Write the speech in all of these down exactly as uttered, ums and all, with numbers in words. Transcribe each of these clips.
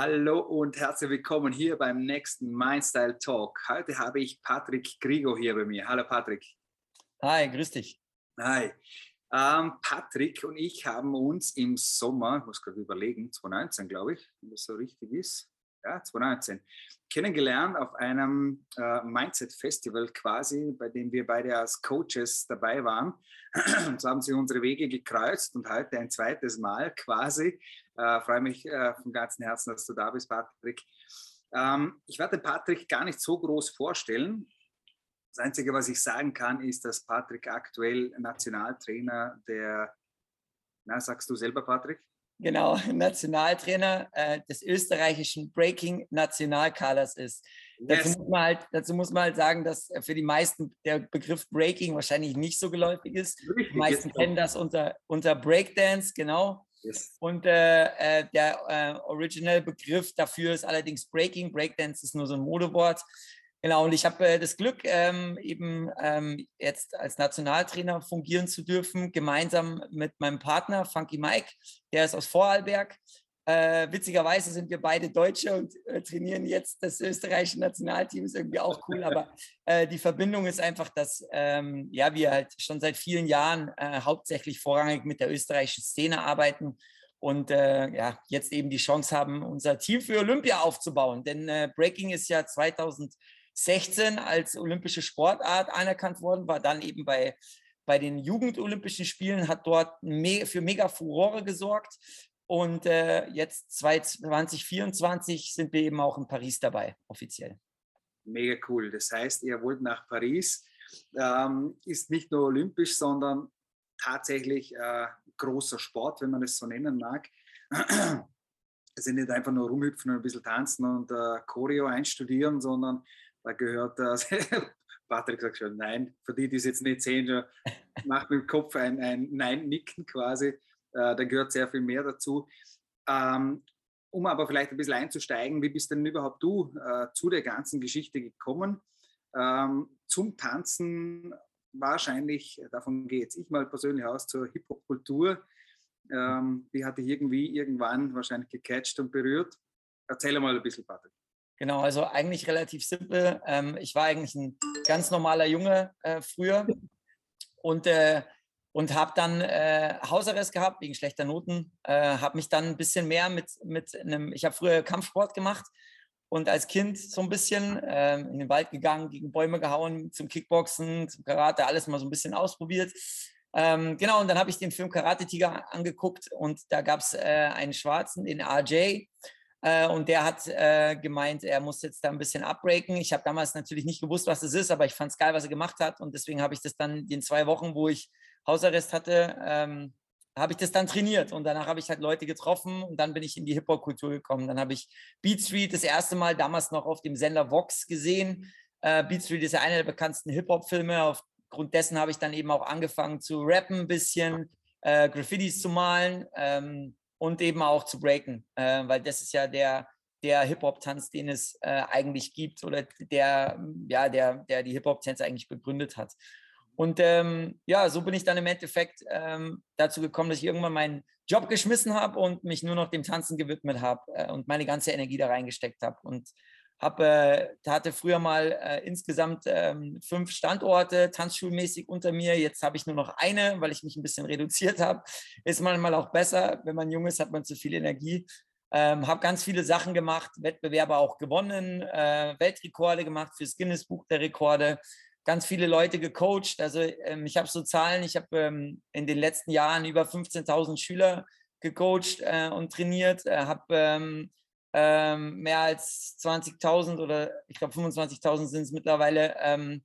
Hallo und herzlich willkommen hier beim nächsten Mindstyle Talk. Heute habe ich Patrick Grigo hier bei mir. Hallo Patrick. Hi, grüß dich. Hi. Ähm, Patrick und ich haben uns im Sommer, ich muss gerade überlegen, zwanzig neunzehn glaube ich, wenn das so richtig ist, ja, zwanzig neunzehn, kennengelernt auf einem äh, Mindset-Festival quasi, bei dem wir beide als Coaches dabei waren. Und so haben sich unsere Wege gekreuzt und heute ein zweites Mal quasi. Äh, freue mich äh, von ganzem Herzen, dass du da bist, Patrick. Ähm, ich werde Patrick gar nicht so groß vorstellen. Das Einzige, was ich sagen kann, ist, dass Patrick aktuell Nationaltrainer der, na, sagst du selber, Patrick? Genau, Nationaltrainer äh, des österreichischen Breaking-Nationalkaders ist. Yes. Dazu muss, man halt, dazu muss man halt sagen, dass für die meisten der Begriff Breaking wahrscheinlich nicht so geläufig ist. Richtig, Die meisten jetzt kennen das unter, unter Breakdance, genau. yes. Und äh, äh, der äh, Original-Begriff dafür ist allerdings Breaking. Breakdance ist nur so ein Modewort. Genau, und ich habe äh, das Glück, ähm, eben ähm, jetzt als Nationaltrainer fungieren zu dürfen, gemeinsam mit meinem Partner Funky Mike, der ist aus Vorarlberg. Äh, witzigerweise sind wir beide Deutsche und äh, trainieren jetzt das österreichische Nationalteam, ist irgendwie auch cool, aber äh, die Verbindung ist einfach, dass ähm, ja, wir halt schon seit vielen Jahren äh, hauptsächlich vorrangig mit der österreichischen Szene arbeiten und äh, ja, jetzt eben die Chance haben, unser Team für Olympia aufzubauen, denn äh, Breaking ist ja zweitausendsechzehn als olympische Sportart anerkannt worden, war dann eben bei, bei den Jugendolympischen Spielen, hat dort me für mega Furore gesorgt. Und äh, jetzt zwanzig vierundzwanzig sind wir eben auch in Paris dabei, offiziell. Mega cool. Das heißt, ihr wollt nach Paris. Ähm, ist nicht nur olympisch, sondern tatsächlich äh, großer Sport, wenn man es so nennen mag. Also nicht einfach nur rumhüpfen und ein bisschen tanzen und äh, Choreo einstudieren, sondern da gehört, äh, Patrick sagt schon, nein, für die, die es jetzt nicht sehen, macht mit dem Kopf ein, ein Nein-Nicken quasi. Äh, da gehört sehr viel mehr dazu. Ähm, um aber vielleicht ein bisschen einzusteigen, wie bist denn überhaupt du äh, zu der ganzen Geschichte gekommen? Ähm, zum Tanzen wahrscheinlich, davon gehe jetzt ich mal persönlich aus, zur Hip-Hop-Kultur. Ähm, die hatte ich irgendwie irgendwann wahrscheinlich gecatcht und berührt. Erzähl mal ein bisschen, Patrick. Genau, also eigentlich relativ simpel. Ähm, ich war eigentlich ein ganz normaler Junge äh, früher und, äh, und habe dann äh, Hausarrest gehabt wegen schlechter Noten. Äh, habe mich dann ein bisschen mehr mit, mit einem, ich habe früher Kampfsport gemacht und als Kind so ein bisschen äh, in den Wald gegangen, gegen Bäume gehauen, zum Kickboxen, zum Karate, alles mal so ein bisschen ausprobiert. Ähm, genau, und dann habe ich den Film Karate Tiger angeguckt und da gab es äh, einen Schwarzen, den R J, äh, und der hat äh, gemeint, er muss jetzt da ein bisschen upbreaken. Ich habe damals natürlich nicht gewusst, was das ist, aber ich fand es geil, was er gemacht hat und deswegen habe ich das dann in zwei Wochen, wo ich Hausarrest hatte, ähm, habe ich das dann trainiert und danach habe ich halt Leute getroffen und dann bin ich in die Hip-Hop-Kultur gekommen. Dann habe ich Beat Street das erste Mal damals noch auf dem Sender Vox gesehen. Äh, Beat Street ist ja einer der bekanntesten Hip-Hop-Filme. Aufgrund dessen habe ich dann eben auch angefangen zu rappen ein bisschen, äh, Graffitis zu malen ähm, und eben auch zu breaken, äh, weil das ist ja der, der Hip-Hop-Tanz, den es äh, eigentlich gibt oder der, ja, der, der die Hip-Hop-Tänze eigentlich begründet hat. Und ähm, ja, so bin ich dann im Endeffekt ähm, dazu gekommen, dass ich irgendwann meinen Job geschmissen habe und mich nur noch dem Tanzen gewidmet habe äh, und meine ganze Energie da reingesteckt habe. Und hab, äh, hatte früher mal äh, insgesamt ähm, fünf Standorte tanzschulmäßig unter mir. Jetzt habe ich nur noch eine, weil ich mich ein bisschen reduziert habe. Ist manchmal auch besser. Wenn man jung ist, hat man zu viel Energie. Ähm, habe ganz viele Sachen gemacht, Wettbewerbe auch gewonnen, äh, Weltrekorde gemacht fürs Guinness Buch der Rekorde. Ganz viele Leute gecoacht. Also ähm, ich habe so Zahlen, ich habe ähm, in den letzten Jahren über fünfzehntausend Schüler gecoacht äh, und trainiert, äh, habe ähm, ähm, mehr als zwanzigtausend oder ich glaube fünfundzwanzigtausend sind es mittlerweile ähm,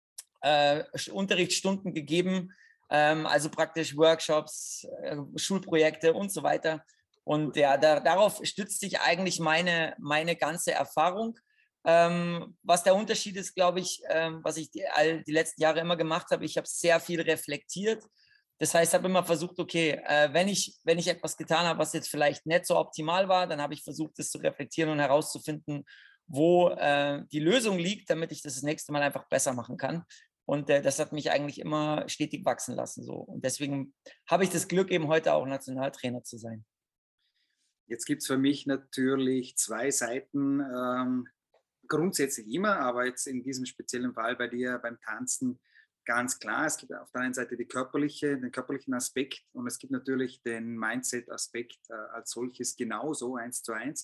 äh, Unterrichtsstunden gegeben, ähm, also praktisch Workshops, äh, Schulprojekte und so weiter. Und ja, da, darauf stützt sich eigentlich meine, meine ganze Erfahrung. Ähm, was der Unterschied ist, glaube ich, ähm, was ich die, all die letzten Jahre immer gemacht habe, ich habe sehr viel reflektiert. Das heißt, ich habe immer versucht, okay, äh, wenn, ich, wenn ich etwas getan habe, was jetzt vielleicht nicht so optimal war, dann habe ich versucht, das zu reflektieren und herauszufinden, wo äh, die Lösung liegt, damit ich das das nächste Mal einfach besser machen kann. Und äh, das hat mich eigentlich immer stetig wachsen lassen. So. Und deswegen habe ich das Glück, eben heute auch Nationaltrainer zu sein. Jetzt gibt es für mich natürlich zwei Seiten, ähm, grundsätzlich immer, aber jetzt in diesem speziellen Fall bei dir beim Tanzen ganz klar. Es gibt auf der einen Seite die körperliche, den körperlichen Aspekt und es gibt natürlich den Mindset-Aspekt äh, als solches genauso, eins zu eins.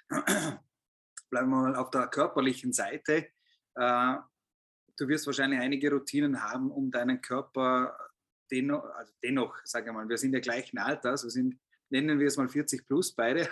Bleiben wir mal auf der körperlichen Seite. Äh, du wirst wahrscheinlich einige Routinen haben, um deinen Körper dennoch, also dennoch, sage ich mal, wir sind ja gleichen Alters, wir sind, nennen wir es mal vierzig plus beide.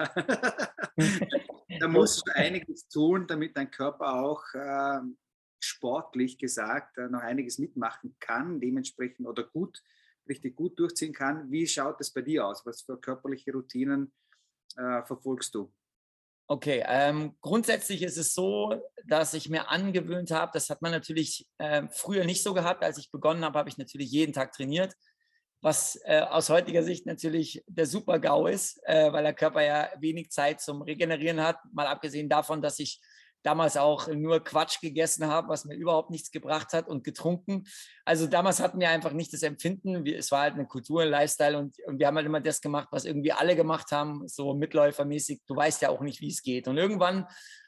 Da musst du einiges tun, damit dein Körper auch äh, sportlich gesagt äh, noch einiges mitmachen kann, dementsprechend oder gut, richtig gut durchziehen kann. Wie schaut es bei dir aus? Was für körperliche Routinen äh, verfolgst du? Okay, ähm, grundsätzlich ist es so, dass ich mir angewöhnt habe, das hat man natürlich äh, früher nicht so gehabt, als ich begonnen habe, habe ich natürlich jeden Tag trainiert, was äh, aus heutiger Sicht natürlich der Super-GAU ist, äh, weil der Körper ja wenig Zeit zum Regenerieren hat, mal abgesehen davon, dass ich damals auch nur Quatsch gegessen habe, was mir überhaupt nichts gebracht hat und getrunken. Also damals hatten wir einfach nicht das Empfinden, es war halt eine Kultur, ein Lifestyle und, und wir haben halt immer das gemacht, was irgendwie alle gemacht haben, so mitläufermäßig. Du weißt ja auch nicht, wie es geht. Und irgendwann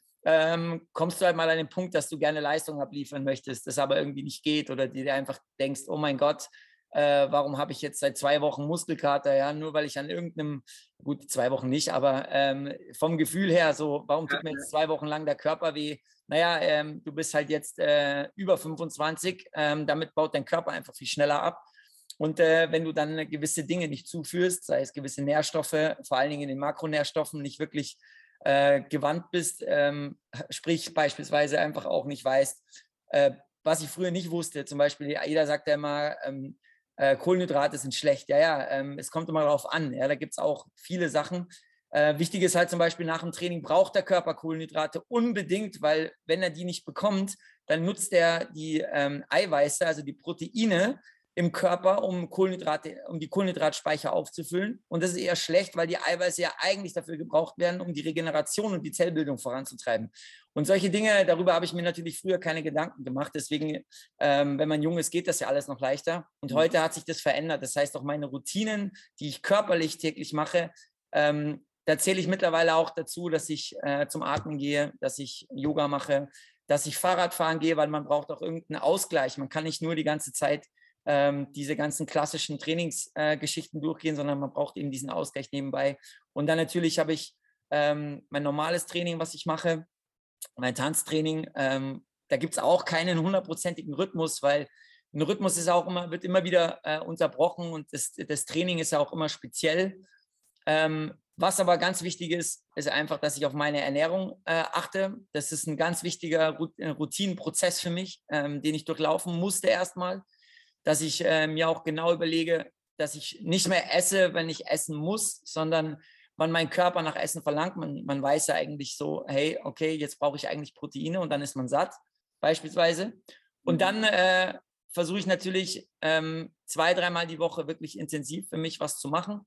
ähm, kommst du halt mal an den Punkt, dass du gerne Leistung abliefern möchtest, das aber irgendwie nicht geht oder dir einfach denkst, oh mein Gott, äh, warum habe ich jetzt seit zwei Wochen Muskelkater, ja, nur weil ich an irgendeinem, gut, zwei Wochen nicht, aber ähm, vom Gefühl her so, warum tut mir jetzt zwei Wochen lang der Körper weh? Naja, ähm, du bist halt jetzt äh, über fünfundzwanzig, ähm, damit baut dein Körper einfach viel schneller ab. Und äh, wenn du dann gewisse Dinge nicht zuführst, sei es gewisse Nährstoffe, vor allen Dingen in den Makronährstoffen, nicht wirklich äh, gewandt bist, ähm, sprich beispielsweise einfach auch nicht weißt, äh, was ich früher nicht wusste, zum Beispiel, jeder sagt ja immer, ähm, äh, Kohlenhydrate sind schlecht. Ja, ja, ähm, es kommt immer darauf an. Ja, da gibt es auch viele Sachen. Äh, wichtig ist halt zum Beispiel, nach dem Training braucht der Körper Kohlenhydrate unbedingt, weil wenn er die nicht bekommt, dann nutzt er die ähm, Eiweiße, also die Proteine im Körper, um Kohlenhydrate, um die Kohlenhydratspeicher aufzufüllen. Und das ist eher schlecht, weil die Eiweiße ja eigentlich dafür gebraucht werden, um die Regeneration und die Zellbildung voranzutreiben. Und solche Dinge, darüber habe ich mir natürlich früher keine Gedanken gemacht. Deswegen, ähm, wenn man jung ist, geht das ja alles noch leichter. Und heute hat sich das verändert. Das heißt, auch meine Routinen, die ich körperlich täglich mache, ähm, da zähle ich mittlerweile auch dazu, dass ich äh, zum Atmen gehe, dass ich Yoga mache, dass ich Fahrrad fahren gehe, weil man braucht auch irgendeinen Ausgleich. Man kann nicht nur die ganze Zeit ähm, diese ganzen klassischen Trainingsgeschichten äh, durchgehen, sondern man braucht eben diesen Ausgleich nebenbei. Und dann natürlich habe ich ähm, mein normales Training, was ich mache, mein Tanztraining. Ähm, da gibt es auch keinen hundertprozentigen Rhythmus, weil ein Rhythmus ist auch immer, wird immer wieder äh, unterbrochen und das, das Training ist ja auch immer speziell. Ähm, was aber ganz wichtig ist, ist einfach, dass ich auf meine Ernährung äh, achte. Das ist ein ganz wichtiger Routinenprozess für mich, ähm, den ich durchlaufen musste erstmal, dass ich äh, mir auch genau überlege, dass ich nicht mehr esse, wenn ich essen muss, sondern wann mein Körper nach Essen verlangt. Man, man weiß ja eigentlich so, hey, okay, jetzt brauche ich eigentlich Proteine und dann ist man satt, beispielsweise. Und dann äh, versuche ich natürlich ähm, zwei, dreimal die Woche wirklich intensiv für mich was zu machen.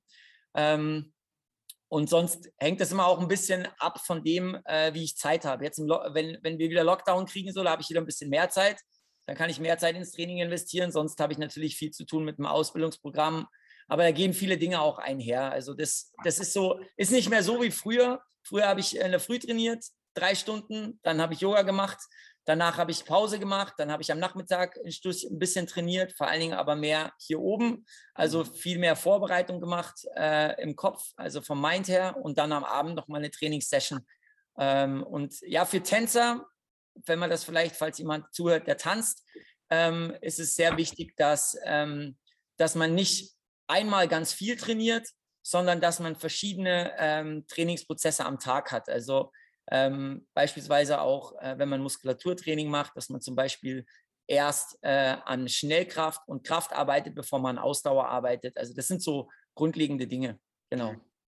Ähm, und sonst hängt das immer auch ein bisschen ab von dem, äh, wie ich Zeit habe. Jetzt, im wenn, wenn wir wieder Lockdown kriegen, so, da habe ich wieder ein bisschen mehr Zeit. Dann kann ich mehr Zeit ins Training investieren. Sonst habe ich natürlich viel zu tun mit dem Ausbildungsprogramm. Aber da gehen viele Dinge auch einher. Also das, das ist so, ist nicht mehr so wie früher. Früher habe ich in der Früh trainiert, drei Stunden, dann habe ich Yoga gemacht, danach habe ich Pause gemacht, dann habe ich am Nachmittag ein bisschen trainiert, vor allen Dingen aber mehr hier oben, also viel mehr Vorbereitung gemacht äh, im Kopf, also vom Mind her und dann am Abend nochmal eine Trainingssession. Ähm, und ja, für Tänzer, wenn man das vielleicht, falls jemand zuhört, der tanzt, ähm, ist es sehr wichtig, dass, ähm, dass man nicht einmal ganz viel trainiert, sondern dass man verschiedene ähm, Trainingsprozesse am Tag hat. Also ähm, beispielsweise auch, äh, wenn man Muskulaturtraining macht, dass man zum Beispiel erst äh, an Schnellkraft und Kraft arbeitet, bevor man Ausdauer arbeitet. Also das sind so grundlegende Dinge. Genau.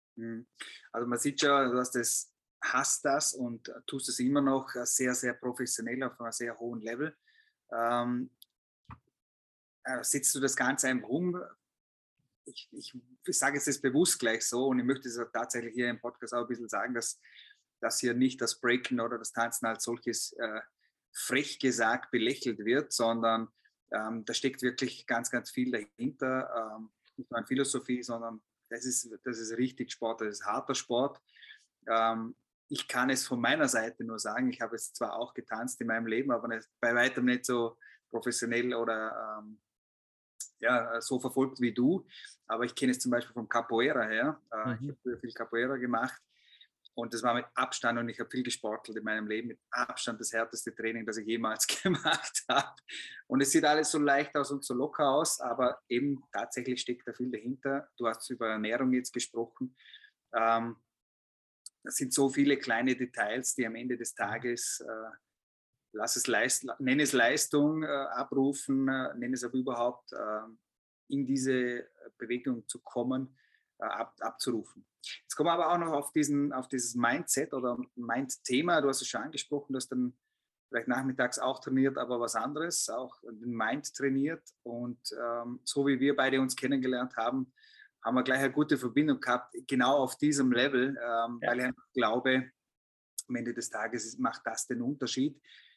Also man sieht schon, du hast das, hast das und tust es immer noch sehr, sehr professionell auf einem sehr hohen Level. Ähm, setzt du das Ganze einfach um? Ich, ich, ich sage es jetzt bewusst gleich so und ich möchte es auch tatsächlich hier im Podcast auch ein bisschen sagen, dass, dass hier nicht das Breaken oder das Tanzen als solches äh, frech gesagt belächelt wird, sondern ähm, da steckt wirklich ganz, ganz viel dahinter. Ähm, nicht nur an Philosophie, sondern das ist, das ist richtig Sport, das ist harter Sport. Ähm, ich kann es von meiner Seite nur sagen, ich habe es zwar auch getanzt in meinem Leben, aber nicht, bei weitem nicht so professionell oder ähm, ja, so verfolgt wie du. Aber ich kenne es zum Beispiel vom Capoeira her. Äh, Mhm. Ich habe früher viel Capoeira gemacht. Und das war mit Abstand, und ich habe viel gesportelt in meinem Leben, mit Abstand das härteste Training, das ich jemals gemacht habe. Und es sieht alles so leicht aus und so locker aus, aber eben tatsächlich steckt da viel dahinter. Du hast über Ernährung jetzt gesprochen. Ähm, das sind so viele kleine Details, die am Ende des Tages, äh, lass es Leist, nenne es Leistung äh, abrufen, äh, nenne es aber überhaupt äh, in diese Bewegung zu kommen, äh, ab, abzurufen. Jetzt kommen wir aber auch noch auf, diesen, auf dieses Mindset oder Mind-Thema. Du hast es schon angesprochen, du hast dann vielleicht nachmittags auch trainiert, aber was anderes, auch den Mind trainiert. Und ähm, so wie wir beide uns kennengelernt haben, haben wir gleich eine gute Verbindung gehabt, genau auf diesem Level, ähm, ja. Weil ich glaube, am Ende des Tages macht das den Unterschied.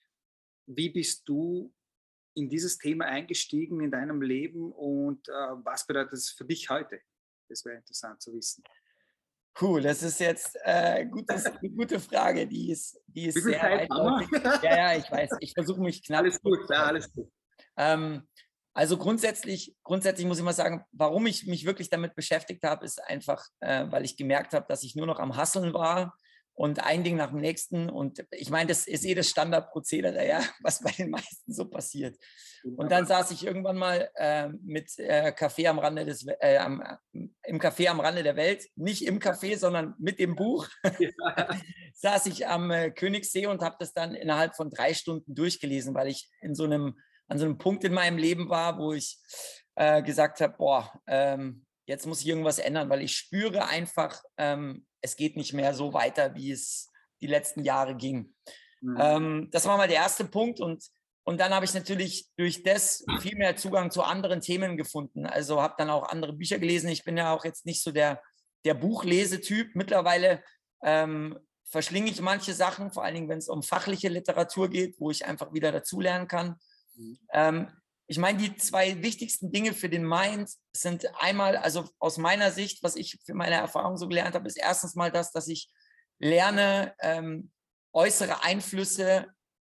Wie bist du in dieses Thema eingestiegen in deinem Leben und äh, was bedeutet es für dich heute? Das wäre interessant zu wissen. Cool, das ist jetzt äh, gutes, eine gute Frage, die ist, die ist Wie viel sehr Zeit weitläufig. Ja, ja, ich weiß, ich versuche mich knapp. Alles gut, ja, alles gut. Ähm, also grundsätzlich, grundsätzlich muss ich mal sagen, warum ich mich wirklich damit beschäftigt habe, ist einfach, äh, weil ich gemerkt habe, dass ich nur noch am Hasseln war und ein Ding nach dem nächsten. Und ich meine, das ist eh das Standardprozedere, ja, was bei den meisten so passiert. Und dann saß ich irgendwann mal äh, mit äh, Café am Rande des, äh, am, im Café am Rande der Welt, nicht im Café, sondern mit dem Buch, ja. saß ich am äh, Königssee und habe das dann innerhalb von drei Stunden durchgelesen, weil ich in so einem, an so einem Punkt in meinem Leben war, wo ich äh, gesagt habe, boah, ähm, jetzt muss ich irgendwas ändern, weil ich spüre einfach, ähm, es geht nicht mehr so weiter, wie es die letzten Jahre ging. Mhm. Ähm, das war mal der erste Punkt und Und dann habe ich natürlich durch das viel mehr Zugang zu anderen Themen gefunden. Also habe dann auch andere Bücher gelesen. Ich bin ja auch jetzt nicht so der, der Buchlesetyp. Mittlerweile ähm, verschlinge ich manche Sachen, vor allen Dingen, wenn es um fachliche Literatur geht, wo ich einfach wieder dazulernen kann. Mhm. Ähm, ich meine, die zwei wichtigsten Dinge für den Mind sind einmal, also aus meiner Sicht, was ich für meine Erfahrung so gelernt habe, ist erstens mal das, dass ich lerne, ähm, äußere Einflüsse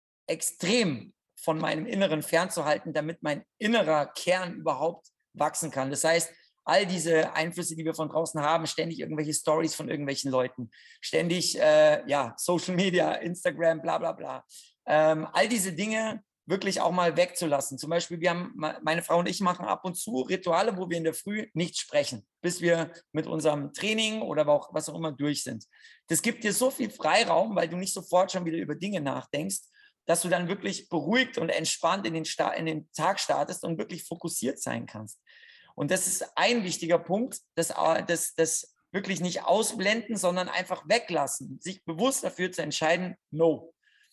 extrem von meinem Inneren fernzuhalten, damit mein innerer Kern überhaupt wachsen kann. Das heißt, all diese Einflüsse, die wir von draußen haben, ständig irgendwelche Stories von irgendwelchen Leuten, ständig äh, ja, Social Media, Instagram, bla bla bla. Ähm, all diese Dinge wirklich auch mal wegzulassen. Zum Beispiel, wir haben, meine Frau und ich machen ab und zu Rituale, wo wir in der Früh nicht sprechen, bis wir mit unserem Training oder auch was auch immer durch sind. Das gibt dir so viel Freiraum, weil du nicht sofort schon wieder über Dinge nachdenkst, dass du dann wirklich beruhigt und entspannt in den, Sta- in den Tag startest und wirklich fokussiert sein kannst. Und das ist ein wichtiger Punkt, das, das, das wirklich nicht ausblenden, sondern einfach weglassen, sich bewusst dafür zu entscheiden, no.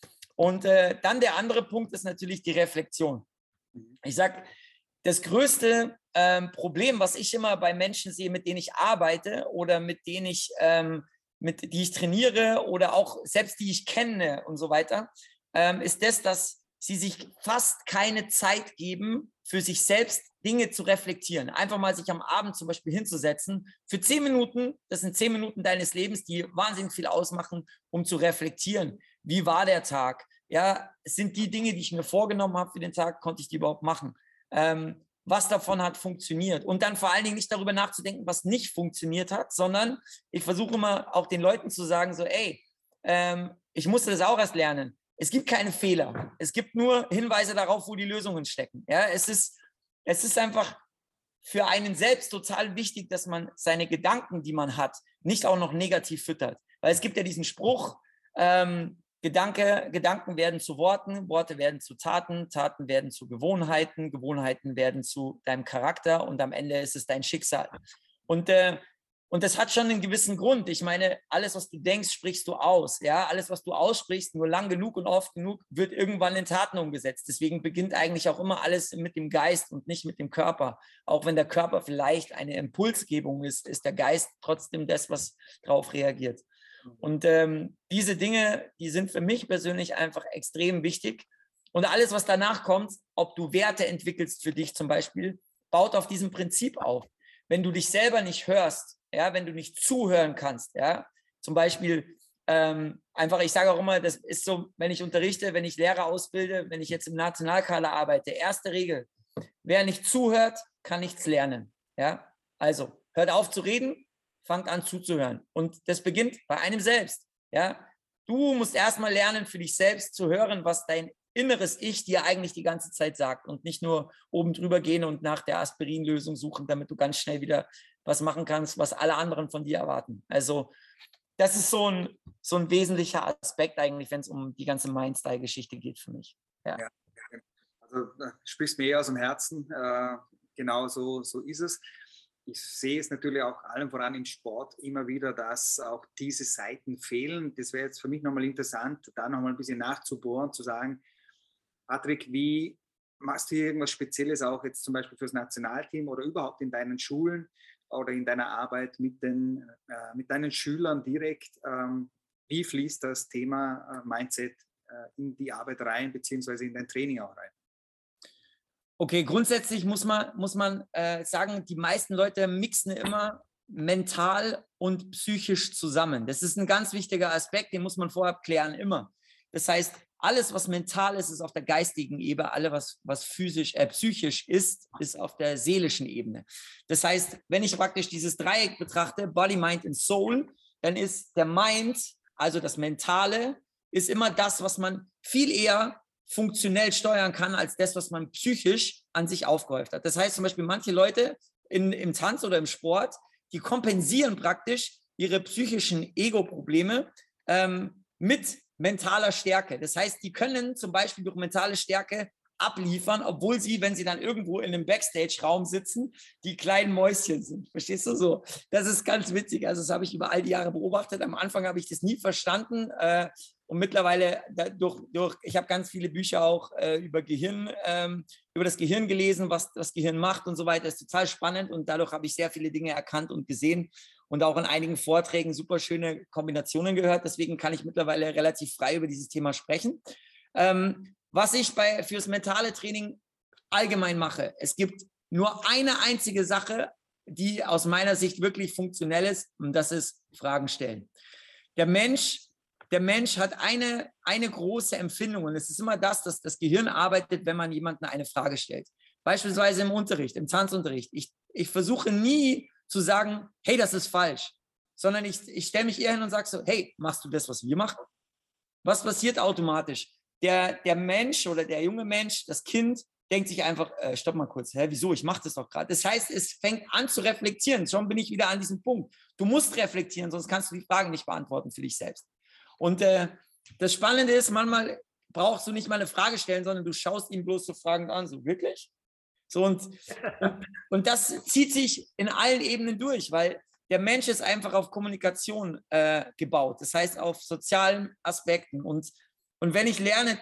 Und äh, dann der andere Punkt ist natürlich die Reflexion. Ich sage, das größte ähm, Problem, was ich immer bei Menschen sehe, mit denen ich arbeite oder mit denen ich, ähm, mit, die ich trainiere oder auch selbst die ich kenne und so weiter, ähm, ist das, dass sie sich fast keine Zeit geben, für sich selbst Dinge zu reflektieren. Einfach mal sich am Abend zum Beispiel hinzusetzen, für zehn Minuten, das sind zehn Minuten deines Lebens, die wahnsinnig viel ausmachen, um zu reflektieren. Wie war der Tag? Ja, sind die Dinge, die ich mir vorgenommen habe für den Tag, konnte ich die überhaupt machen? Ähm, was davon hat funktioniert? Und dann vor allen Dingen nicht darüber nachzudenken, was nicht funktioniert hat, sondern ich versuche immer auch den Leuten zu sagen, so, ey, ähm, ich musste das auch erst lernen. Es gibt keine Fehler. Es gibt nur Hinweise darauf, wo die Lösungen stecken. Ja, es ist, es ist einfach für einen selbst total wichtig, dass man seine Gedanken, die man hat, nicht auch noch negativ füttert. Weil es gibt ja diesen Spruch, ähm, Gedanke, Gedanken werden zu Worten, Worte werden zu Taten, Taten werden zu Gewohnheiten, Gewohnheiten werden zu deinem Charakter und am Ende ist es dein Schicksal. Und äh, Und das hat schon einen gewissen Grund. Ich meine, alles, was du denkst, sprichst du aus. Ja, alles, was du aussprichst, nur lang genug und oft genug, wird irgendwann in Taten umgesetzt. Deswegen beginnt eigentlich auch immer alles mit dem Geist und nicht mit dem Körper. Auch wenn der Körper vielleicht eine Impulsgebung ist, ist der Geist trotzdem das, was darauf reagiert. Und ähm, diese Dinge, die sind für mich persönlich einfach extrem wichtig. Und alles, was danach kommt, ob du Werte entwickelst für dich zum Beispiel, baut auf diesem Prinzip auf. Wenn du dich selber nicht hörst, ja, wenn du nicht zuhören kannst, ja, zum Beispiel ähm, einfach, ich sage auch immer, das ist so, wenn ich unterrichte, wenn ich Lehrer ausbilde, wenn ich jetzt im Nationalkader arbeite, erste Regel, wer nicht zuhört, kann nichts lernen, ja, also hört auf zu reden, fangt an zuzuhören und das beginnt bei einem selbst, ja, du musst erstmal lernen, für dich selbst zu hören, was dein inneres Ich dir eigentlich die ganze Zeit sagt und nicht nur oben drüber gehen und nach der Aspirinlösung suchen, damit du ganz schnell wieder was machen kannst, was alle anderen von dir erwarten. Also das ist so ein, so ein wesentlicher Aspekt eigentlich, wenn es um die ganze Mindstyle-Geschichte geht für mich. Ja. Ja, also da sprichst mir eh aus dem Herzen. Äh, genau so, so ist es. Ich sehe es natürlich auch allem voran im Sport immer wieder, dass auch diese Seiten fehlen. Das wäre jetzt für mich nochmal interessant, da nochmal ein bisschen nachzubohren, zu sagen, Patrick, wie machst du hier irgendwas Spezielles auch jetzt zum Beispiel fürs Nationalteam oder überhaupt in deinen Schulen oder in deiner Arbeit mit, den, äh, mit deinen Schülern direkt? Ähm, wie fließt das Thema äh, Mindset äh, in die Arbeit rein, beziehungsweise in dein Training auch rein? Okay, grundsätzlich muss man, muss man äh, sagen, die meisten Leute mixen immer mental und psychisch zusammen. Das ist ein ganz wichtiger Aspekt, den muss man vorher klären, immer. Das heißt, alles, was mental ist, ist auf der geistigen Ebene, alles, was, was physisch, äh, psychisch ist, ist auf der seelischen Ebene. Das heißt, wenn ich praktisch dieses Dreieck betrachte, Body, Mind und Soul, dann ist der Mind, also das Mentale, ist immer das, was man viel eher funktionell steuern kann, als das, was man psychisch an sich aufgehäuft hat. Das heißt zum Beispiel, manche Leute in, im Tanz oder im Sport, die kompensieren praktisch ihre psychischen Ego-Probleme ähm, mit mentaler Stärke. Das heißt, die können zum Beispiel durch mentale Stärke abliefern, obwohl sie, wenn sie dann irgendwo in einem Backstage-Raum sitzen, die kleinen Mäuschen sind. Verstehst du so? Das ist ganz witzig. Also das habe ich über all die Jahre beobachtet. Am Anfang habe ich das nie verstanden. Äh, und mittlerweile, da, durch, durch, ich habe ganz viele Bücher auch äh, über Gehirn, ähm, über das Gehirn gelesen, was das Gehirn macht und so weiter. Das ist total spannend und dadurch habe ich sehr viele Dinge erkannt und gesehen und auch in einigen Vorträgen super schöne Kombinationen gehört. Deswegen kann ich mittlerweile relativ frei über dieses Thema sprechen. Ähm, was ich bei, fürs mentale Training allgemein mache, es gibt nur eine einzige Sache, die aus meiner Sicht wirklich funktionell ist, und das ist Fragen stellen. Der Mensch, der Mensch hat eine, eine große Empfindung und es ist immer das, dass das Gehirn arbeitet, wenn man jemandem eine Frage stellt. Beispielsweise im Unterricht, im Tanzunterricht. Ich, ich versuche nie zu sagen, hey, das ist falsch, sondern ich, ich stelle mich eher hin und sage so, hey, machst du das, was wir machen? Was passiert automatisch? Der, der Mensch oder der junge Mensch, das Kind, denkt sich einfach, äh, stopp mal kurz, hä, wieso, ich mache das doch gerade. Das heißt, es fängt an zu reflektieren. Schon bin ich wieder an diesem Punkt. Du musst reflektieren, sonst kannst du die Fragen nicht beantworten für dich selbst. Und äh, das Spannende ist, manchmal brauchst du nicht mal eine Frage stellen, sondern du schaust ihn bloß so fragend an. So, wirklich? So, und, und, und das zieht sich in allen Ebenen durch, weil der Mensch ist einfach auf Kommunikation äh, gebaut. Das heißt, auf sozialen Aspekten. Und, und wenn ich lerne,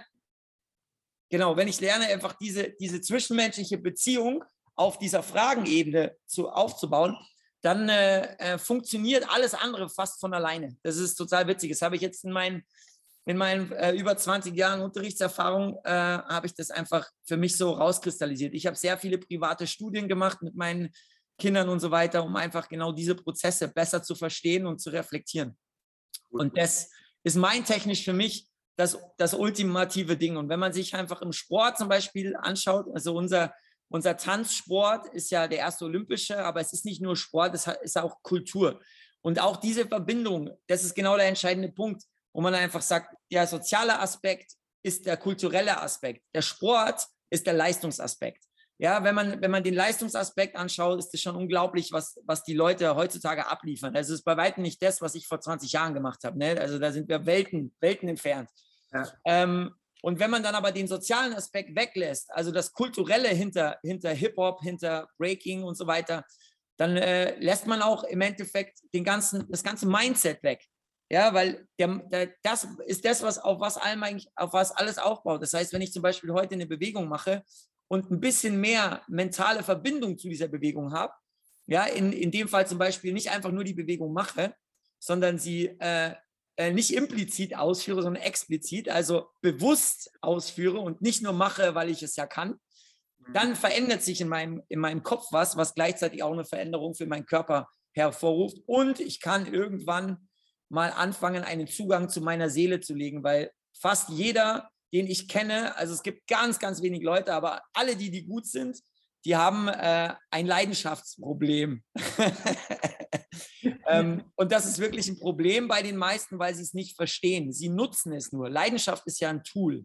genau, wenn ich lerne, einfach diese, diese zwischenmenschliche Beziehung auf dieser Fragenebene zu, aufzubauen, dann äh, äh, funktioniert alles andere fast von alleine. Das ist total witzig. Das habe ich jetzt in meinen, in meinen äh, über zwanzig Jahren Unterrichtserfahrung, äh, habe ich das einfach für mich so rauskristallisiert. Ich habe sehr viele private Studien gemacht mit meinen Kindern und so weiter, um einfach genau diese Prozesse besser zu verstehen und zu reflektieren. Und das ist mindtechnisch für mich das, das ultimative Ding. Und wenn man sich einfach im Sport zum Beispiel anschaut, also unser Unser Tanzsport ist ja der erste olympische, aber es ist nicht nur Sport, es ist auch Kultur. Und auch diese Verbindung, das ist genau der entscheidende Punkt, wo man einfach sagt, der soziale Aspekt ist der kulturelle Aspekt. Der Sport ist der Leistungsaspekt. Ja, wenn man, wenn man den Leistungsaspekt anschaut, ist es schon unglaublich, was, was die Leute heutzutage abliefern. Also es ist bei weitem nicht das, was ich vor zwanzig Jahren gemacht habe. Ne? Also da sind wir Welten, Welten entfernt. Ja. Ähm, Und wenn man dann aber den sozialen Aspekt weglässt, also das Kulturelle hinter, hinter Hip-Hop, hinter Breaking und so weiter, dann äh, lässt man auch im Endeffekt den ganzen, das ganze Mindset weg. Ja, weil der, der, das ist das, was auf was allem eigentlich, auf was alles aufbaut. Das heißt, wenn ich zum Beispiel heute eine Bewegung mache und ein bisschen mehr mentale Verbindung zu dieser Bewegung habe, ja, in, in dem Fall zum Beispiel nicht einfach nur die Bewegung mache, sondern sie äh, nicht implizit ausführe, sondern explizit, also bewusst ausführe und nicht nur mache, weil ich es ja kann, dann verändert sich in meinem, in meinem Kopf was, was gleichzeitig auch eine Veränderung für meinen Körper hervorruft. Und ich kann irgendwann mal anfangen, einen Zugang zu meiner Seele zu legen, weil fast jeder, den ich kenne, also es gibt ganz, ganz wenig Leute, aber alle, die, die gut sind, die haben äh, ein Leidenschaftsproblem. ähm, und das ist wirklich ein Problem bei den meisten, weil sie es nicht verstehen. Sie nutzen es nur. Leidenschaft ist ja ein Tool.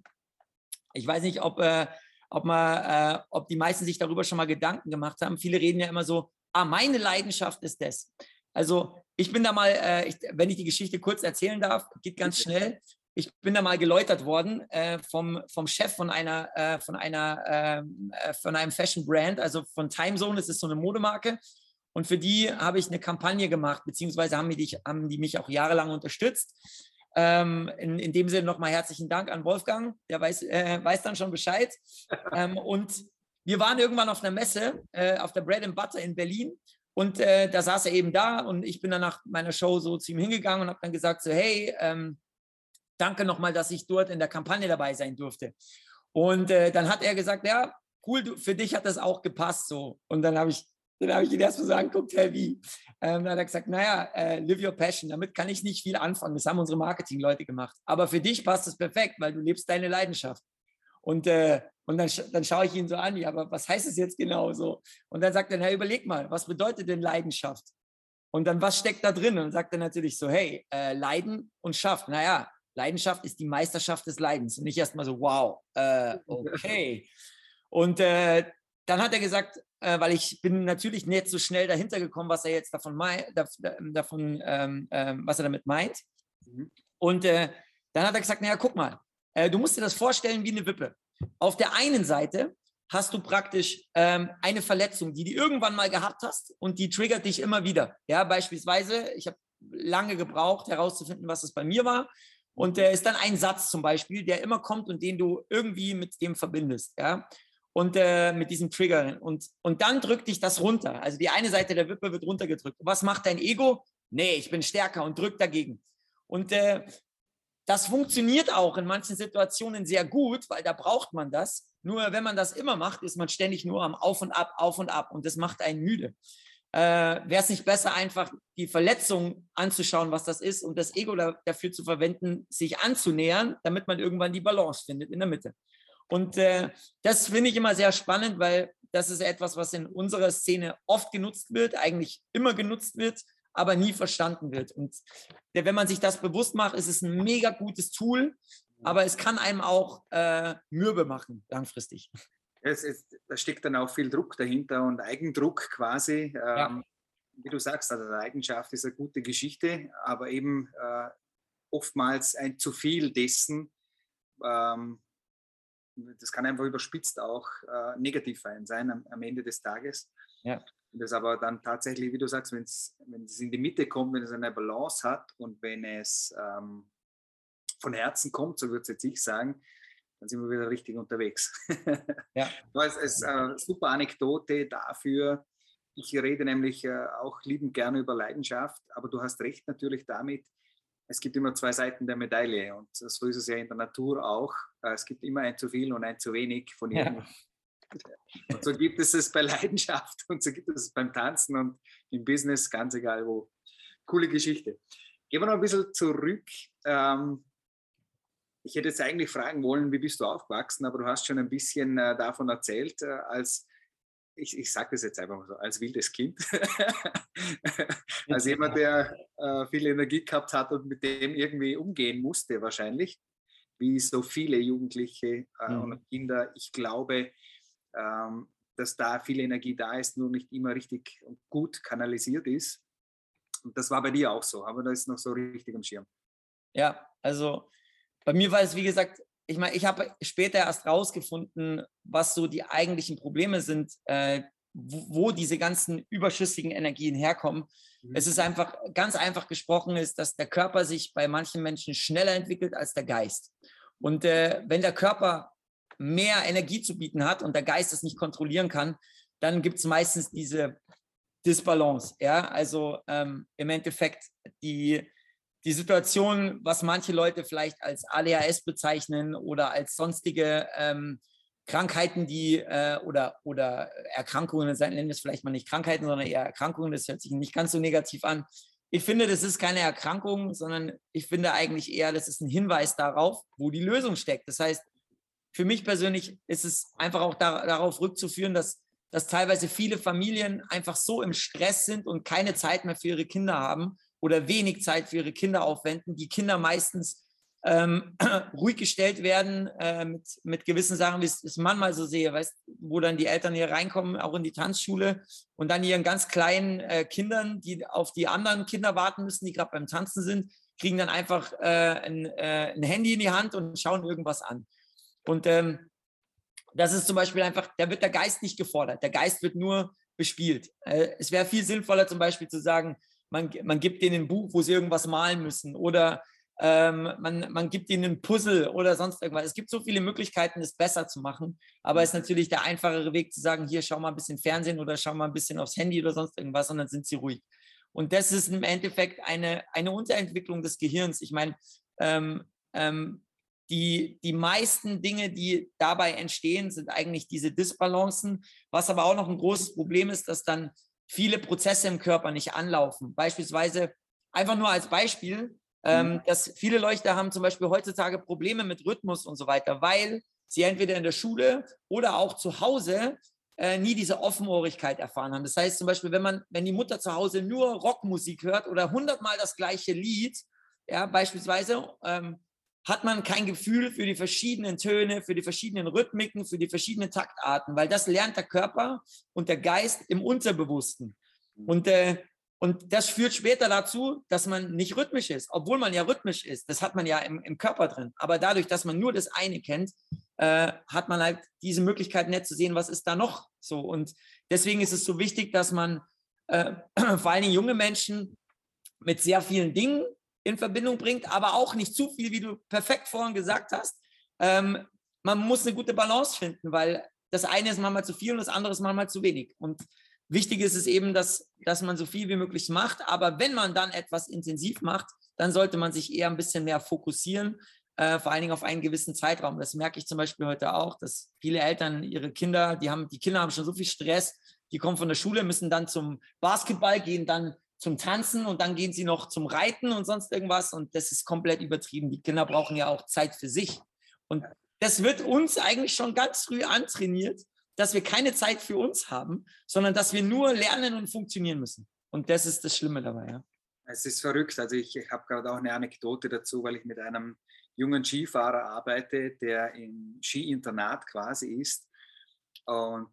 Ich weiß nicht, ob, äh, ob, man, äh, ob die meisten sich darüber schon mal Gedanken gemacht haben. Viele reden ja immer so, ah, meine Leidenschaft ist das. Also ich bin da mal, äh, ich, wenn ich die Geschichte kurz erzählen darf, geht ganz schnell. Ich bin da mal geläutert worden äh, vom, vom Chef von einer, äh, von einer, äh, von einem Fashion Brand, also von Timezone. Das ist so eine Modemarke. Und für die habe ich eine Kampagne gemacht, beziehungsweise haben die, haben die mich auch jahrelang unterstützt. Ähm, in, in dem Sinne nochmal herzlichen Dank an Wolfgang, der weiß, äh, weiß dann schon Bescheid. Ähm, und wir waren irgendwann auf einer Messe, äh, auf der Bread and Butter in Berlin. Und äh, da saß er eben da und ich bin dann nach meiner Show so zu ihm hingegangen und habe dann gesagt so, hey, ähm, danke nochmal, dass ich dort in der Kampagne dabei sein durfte. Und äh, dann hat er gesagt, ja, cool, du, für dich hat das auch gepasst so. Und dann habe ich, dann habe ich ihn erstmal so angeguckt, hey, wie? Ähm, dann hat er gesagt, naja, äh, live your passion, damit kann ich nicht viel anfangen. Das haben unsere Marketing-Leute gemacht. Aber für dich passt es perfekt, weil du lebst deine Leidenschaft. Und, äh, und dann, dann schaue ich ihn so an, ja, aber was heißt es jetzt genau so? Und dann sagt er, na, überleg mal, was bedeutet denn Leidenschaft? Und dann, was steckt da drin? Und dann sagt er natürlich so, hey, äh, Leiden und Schaft. Naja, Leidenschaft ist die Meisterschaft des Leidens. Und nicht erstmal so, wow, äh, okay. Und äh, dann hat er gesagt, äh, weil ich bin natürlich nicht so schnell dahinter gekommen, was er jetzt davon, mei davon ähm, ähm, was er damit meint. Mhm. Und äh, dann hat er gesagt, naja, guck mal, äh, du musst dir das vorstellen wie eine Wippe. Auf der einen Seite hast du praktisch ähm, eine Verletzung, die du irgendwann mal gehabt hast und die triggert dich immer wieder. Ja, beispielsweise, ich habe lange gebraucht, herauszufinden, was es bei mir war. Und der äh, ist dann ein Satz zum Beispiel, der immer kommt und den du irgendwie mit dem verbindest. Ja, und äh, mit diesem Trigger. Und, und dann drückt dich das runter. Also die eine Seite der Wippe wird runtergedrückt. Was macht dein Ego? Nee, ich bin stärker und drückt dagegen. Und äh, das funktioniert auch in manchen Situationen sehr gut, weil da braucht man das. Nur wenn man das immer macht, ist man ständig nur am Auf und Ab, Auf und Ab. Und das macht einen müde. Äh, wäre es nicht besser, einfach die Verletzung anzuschauen, was das ist, und das Ego da, dafür zu verwenden, sich anzunähern, damit man irgendwann die Balance findet in der Mitte. Und äh, das finde ich immer sehr spannend, weil das ist etwas, was in unserer Szene oft genutzt wird, eigentlich immer genutzt wird, aber nie verstanden wird. Und wenn man sich das bewusst macht, ist es ein mega gutes Tool, aber es kann einem auch äh, mürbe machen, langfristig. Es, es, da steckt dann auch viel Druck dahinter und Eigendruck quasi. Ähm, ja. Wie du sagst, also Leidenschaft ist eine gute Geschichte, aber eben äh, oftmals ein zu viel dessen, ähm, das kann einfach überspitzt auch äh, negativ sein am, am Ende des Tages. Ja. Das aber dann tatsächlich, wie du sagst, wenn es in die Mitte kommt, wenn es eine Balance hat und wenn es ähm, von Herzen kommt, so würde es jetzt ich sagen, dann sind wir wieder richtig unterwegs. Ja. Das ist eine super Anekdote dafür. Ich rede nämlich äh, auch liebend gerne über Leidenschaft, aber du hast recht natürlich damit, es gibt immer zwei Seiten der Medaille und so ist es ja in der Natur auch. Es gibt immer ein zu viel und ein zu wenig von jedem. Ja. Und so gibt es es bei Leidenschaft und so gibt es es beim Tanzen und im Business, ganz egal wo. Coole Geschichte. Gehen wir noch ein bisschen zurück. Ähm, ich hätte jetzt eigentlich fragen wollen, wie bist du aufgewachsen, aber du hast schon ein bisschen äh, davon erzählt, äh, als, ich, ich sage das jetzt einfach mal so, als wildes Kind. Als jemand, der äh, viel Energie gehabt hat und mit dem irgendwie umgehen musste wahrscheinlich, wie so viele Jugendliche äh, mhm. und Kinder. Ich glaube, ähm, dass da viel Energie da ist, nur nicht immer richtig und gut kanalisiert ist. Und das war bei dir auch so, aber das ist noch so richtig am Schirm. Ja, also bei mir war es, wie gesagt, ich meine, ich habe später erst rausgefunden, was so die eigentlichen Probleme sind, äh, wo, wo diese ganzen überschüssigen Energien herkommen. Mhm. Es ist einfach, ganz einfach gesprochen, ist, dass der Körper sich bei manchen Menschen schneller entwickelt als der Geist. Und äh, wenn der Körper mehr Energie zu bieten hat und der Geist es nicht kontrollieren kann, dann gibt es meistens diese Disbalance. Ja? Also ähm, im Endeffekt die, die Situation, was manche Leute vielleicht als A D H S bezeichnen oder als sonstige ähm, Krankheiten, die äh, oder, oder Erkrankungen, nennen wir es vielleicht mal nicht Krankheiten, sondern eher Erkrankungen, das hört sich nicht ganz so negativ an. Ich finde, das ist keine Erkrankung, sondern ich finde eigentlich eher, das ist ein Hinweis darauf, wo die Lösung steckt. Das heißt, für mich persönlich ist es einfach auch da, darauf rückzuführen, dass, dass teilweise viele Familien einfach so im Stress sind und keine Zeit mehr für ihre Kinder haben oder wenig Zeit für ihre Kinder aufwenden. Die Kinder meistens ähm, ruhig gestellt werden äh, mit, mit gewissen Sachen, wie ich es manchmal so sehe, weißt, wo dann die Eltern hier reinkommen, auch in die Tanzschule und dann ihren ganz kleinen äh, Kindern, die auf die anderen Kinder warten müssen, die gerade beim Tanzen sind, kriegen dann einfach äh, ein, äh, ein Handy in die Hand und schauen irgendwas an. Und ähm, das ist zum Beispiel einfach, da wird der Geist nicht gefordert, der Geist wird nur bespielt. Äh, es wäre viel sinnvoller zum Beispiel zu sagen, man, man gibt denen ein Buch, wo sie irgendwas malen müssen oder ähm, man, man gibt ihnen ein Puzzle oder sonst irgendwas. Es gibt so viele Möglichkeiten, es besser zu machen, aber es ist natürlich der einfachere Weg zu sagen, hier, schau mal ein bisschen Fernsehen oder schau mal ein bisschen aufs Handy oder sonst irgendwas und dann sind sie ruhig. Und das ist im Endeffekt eine, eine Unterentwicklung des Gehirns. Ich meine, ähm, ähm, Die, die meisten Dinge, die dabei entstehen, sind eigentlich diese Disbalancen. Was aber auch noch ein großes Problem ist, dass dann viele Prozesse im Körper nicht anlaufen. Beispielsweise, einfach nur als Beispiel, ähm, dass viele Leute haben zum Beispiel heutzutage Probleme mit Rhythmus und so weiter, weil sie entweder in der Schule oder auch zu Hause äh, nie diese Offenohrigkeit erfahren haben. Das heißt zum Beispiel, wenn man, wenn die Mutter zu Hause nur Rockmusik hört oder hundertmal das gleiche Lied, ja, beispielsweise, ähm, hat man kein Gefühl für die verschiedenen Töne, für die verschiedenen Rhythmiken, für die verschiedenen Taktarten, weil das lernt der Körper und der Geist im Unterbewussten. Und, äh, und das führt später dazu, dass man nicht rhythmisch ist, obwohl man ja rhythmisch ist. Das hat man ja im, im Körper drin. Aber dadurch, dass man nur das eine kennt, äh, hat man halt diese Möglichkeit nicht zu sehen, was ist da noch so. Und deswegen ist es so wichtig, dass man äh, vor allen Dingen junge Menschen mit sehr vielen Dingen in Verbindung bringt, aber auch nicht zu viel, wie du perfekt vorhin gesagt hast. Ähm, man muss eine gute Balance finden, weil das eine ist manchmal zu viel und das andere ist manchmal zu wenig. Und wichtig ist es eben, dass, dass man so viel wie möglich macht, aber wenn man dann etwas intensiv macht, dann sollte man sich eher ein bisschen mehr fokussieren, äh, vor allen Dingen auf einen gewissen Zeitraum. Das merke ich zum Beispiel heute auch, dass viele Eltern ihre Kinder, die haben, die Kinder haben schon so viel Stress, die kommen von der Schule, müssen dann zum Basketball, gehen dann zum Tanzen und dann gehen sie noch zum Reiten und sonst irgendwas und das ist komplett übertrieben. Die Kinder brauchen ja auch Zeit für sich und das wird uns eigentlich schon ganz früh antrainiert, dass wir keine Zeit für uns haben, sondern dass wir nur lernen und funktionieren müssen. Und das ist das Schlimme dabei. Ja. Es ist verrückt. Also ich, ich habe gerade auch eine Anekdote dazu, weil ich mit einem jungen Skifahrer arbeite, der im Skiinternat quasi ist. Und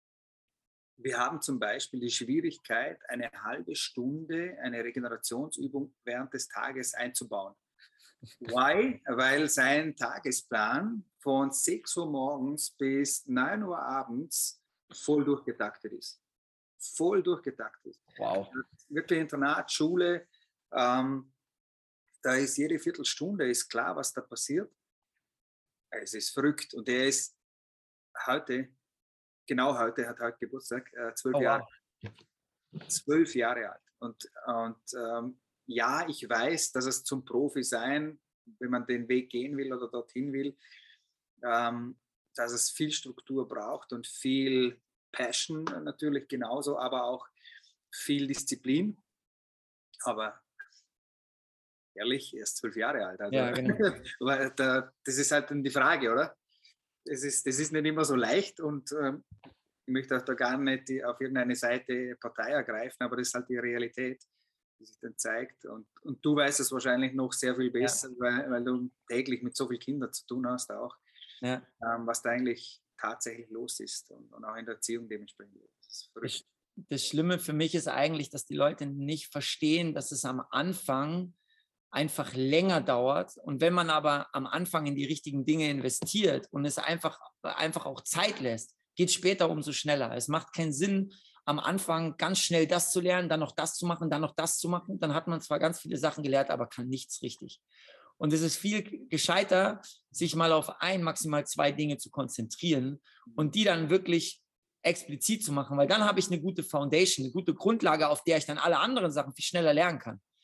wir haben zum Beispiel die Schwierigkeit, eine halbe Stunde eine Regenerationsübung während des Tages einzubauen. Why? Weil sein Tagesplan von sechs Uhr morgens bis neun Uhr abends voll durchgetaktet ist. Voll durchgetaktet ist. Wow. Wirklich Internat, Schule, ähm, da ist jede Viertelstunde, ist klar, was da passiert. Es ist verrückt. Und er ist heute, genau heute, hat heute Geburtstag, äh, zwölf Oh, Jahre. wow. Zwölf Jahre alt. Und, und ähm, ja, ich weiß, dass es zum Profi sein, wenn man den Weg gehen will oder dorthin will, ähm, dass es viel Struktur braucht und viel Passion natürlich genauso, aber auch viel Disziplin. Aber ehrlich, er ist zwölf Jahre alt. Also, ja, genau. aber da, das ist halt dann die Frage, oder? Das ist, das ist nicht immer so leicht und ähm, ich möchte auch da gar nicht die, auf irgendeine Seite Partei ergreifen, aber das ist halt die Realität, die sich dann zeigt. Und, und du weißt es wahrscheinlich noch sehr viel besser, ja. weil, weil du täglich mit so vielen Kindern zu tun hast auch, ja. ähm, was da eigentlich tatsächlich los ist und, und auch in der Erziehung dementsprechend. Das ist verrückt. Das Schlimme für mich ist eigentlich, dass die Leute nicht verstehen, dass es am Anfang einfach länger dauert. Und wenn man aber am Anfang in die richtigen Dinge investiert und es einfach, einfach auch Zeit lässt, geht später umso schneller. Es macht keinen Sinn, am Anfang ganz schnell das zu lernen, dann noch das zu machen, dann noch das zu machen. Dann hat man zwar ganz viele Sachen gelernt, aber kann nichts richtig. Und es ist viel gescheiter, sich mal auf ein, maximal zwei Dinge zu konzentrieren und die dann wirklich explizit zu machen, weil dann habe ich eine gute Foundation, eine gute Grundlage, auf der ich dann alle anderen Sachen viel schneller lernen kann.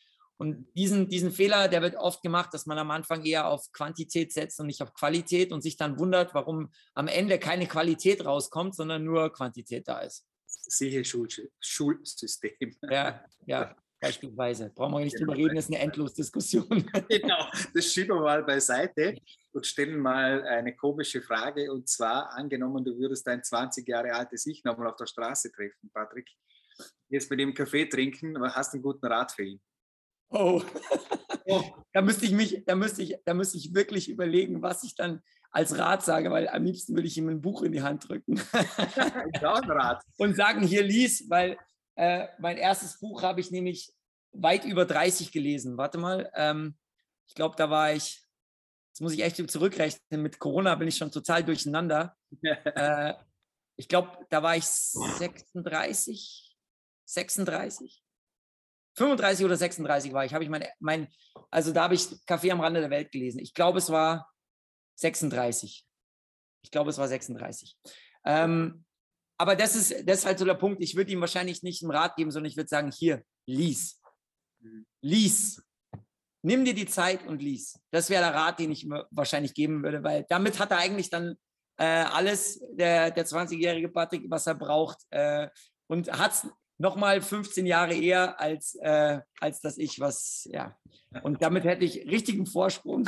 Und diesen, diesen Fehler, der wird oft gemacht, dass man am Anfang eher auf Quantität setzt und nicht auf Qualität und sich dann wundert, warum am Ende keine Qualität rauskommt, sondern nur Quantität da ist. Siehe Schul Schulsystem. Ja, ja, beispielsweise. Brauchen wir nicht Genau. drüber reden, das ist eine Endlosdiskussion. Genau, das schieben wir mal beiseite und stellen mal eine komische Frage. Und zwar, angenommen, du würdest dein zwanzig Jahre altes Ich nochmal auf der Straße treffen, Patrick. Jetzt mit ihm Kaffee trinken, aber hast einen guten Rat für ihn? Oh. Oh. Da müsste ich mich, da müsste ich, da müsste ich wirklich überlegen, was ich dann als Rat sage, weil am liebsten würde ich ihm ein Buch in die Hand drücken. Ist auch ein Rat. Und sagen, hier lies, weil äh, mein erstes Buch habe ich nämlich weit über dreißig gelesen. Warte mal, ähm, ich glaube, da war ich, jetzt muss ich echt zurückrechnen, mit Corona bin ich schon total durcheinander. äh, ich glaube, da war ich sechsunddreißig, sechsunddreißig. fünfunddreißig oder sechsunddreißig war ich, habe ich mein, mein, also da habe ich Café am Rande der Welt gelesen. Ich glaube, es war sechsunddreißig. Ich glaube, es war sechsunddreißig. Ähm, aber das ist, das ist halt so der Punkt. Ich würde ihm wahrscheinlich nicht einen Rat geben, sondern ich würde sagen, hier, lies. Lies. Nimm dir die Zeit und lies. Das wäre der Rat, den ich ihm wahrscheinlich geben würde, weil damit hat er eigentlich dann äh, alles, der, der zwanzigjährige Patrick, was er braucht, äh, und hat es nochmal fünfzehn Jahre eher als, äh, als das ich, was, ja. Und damit hätte ich richtigen Vorsprung.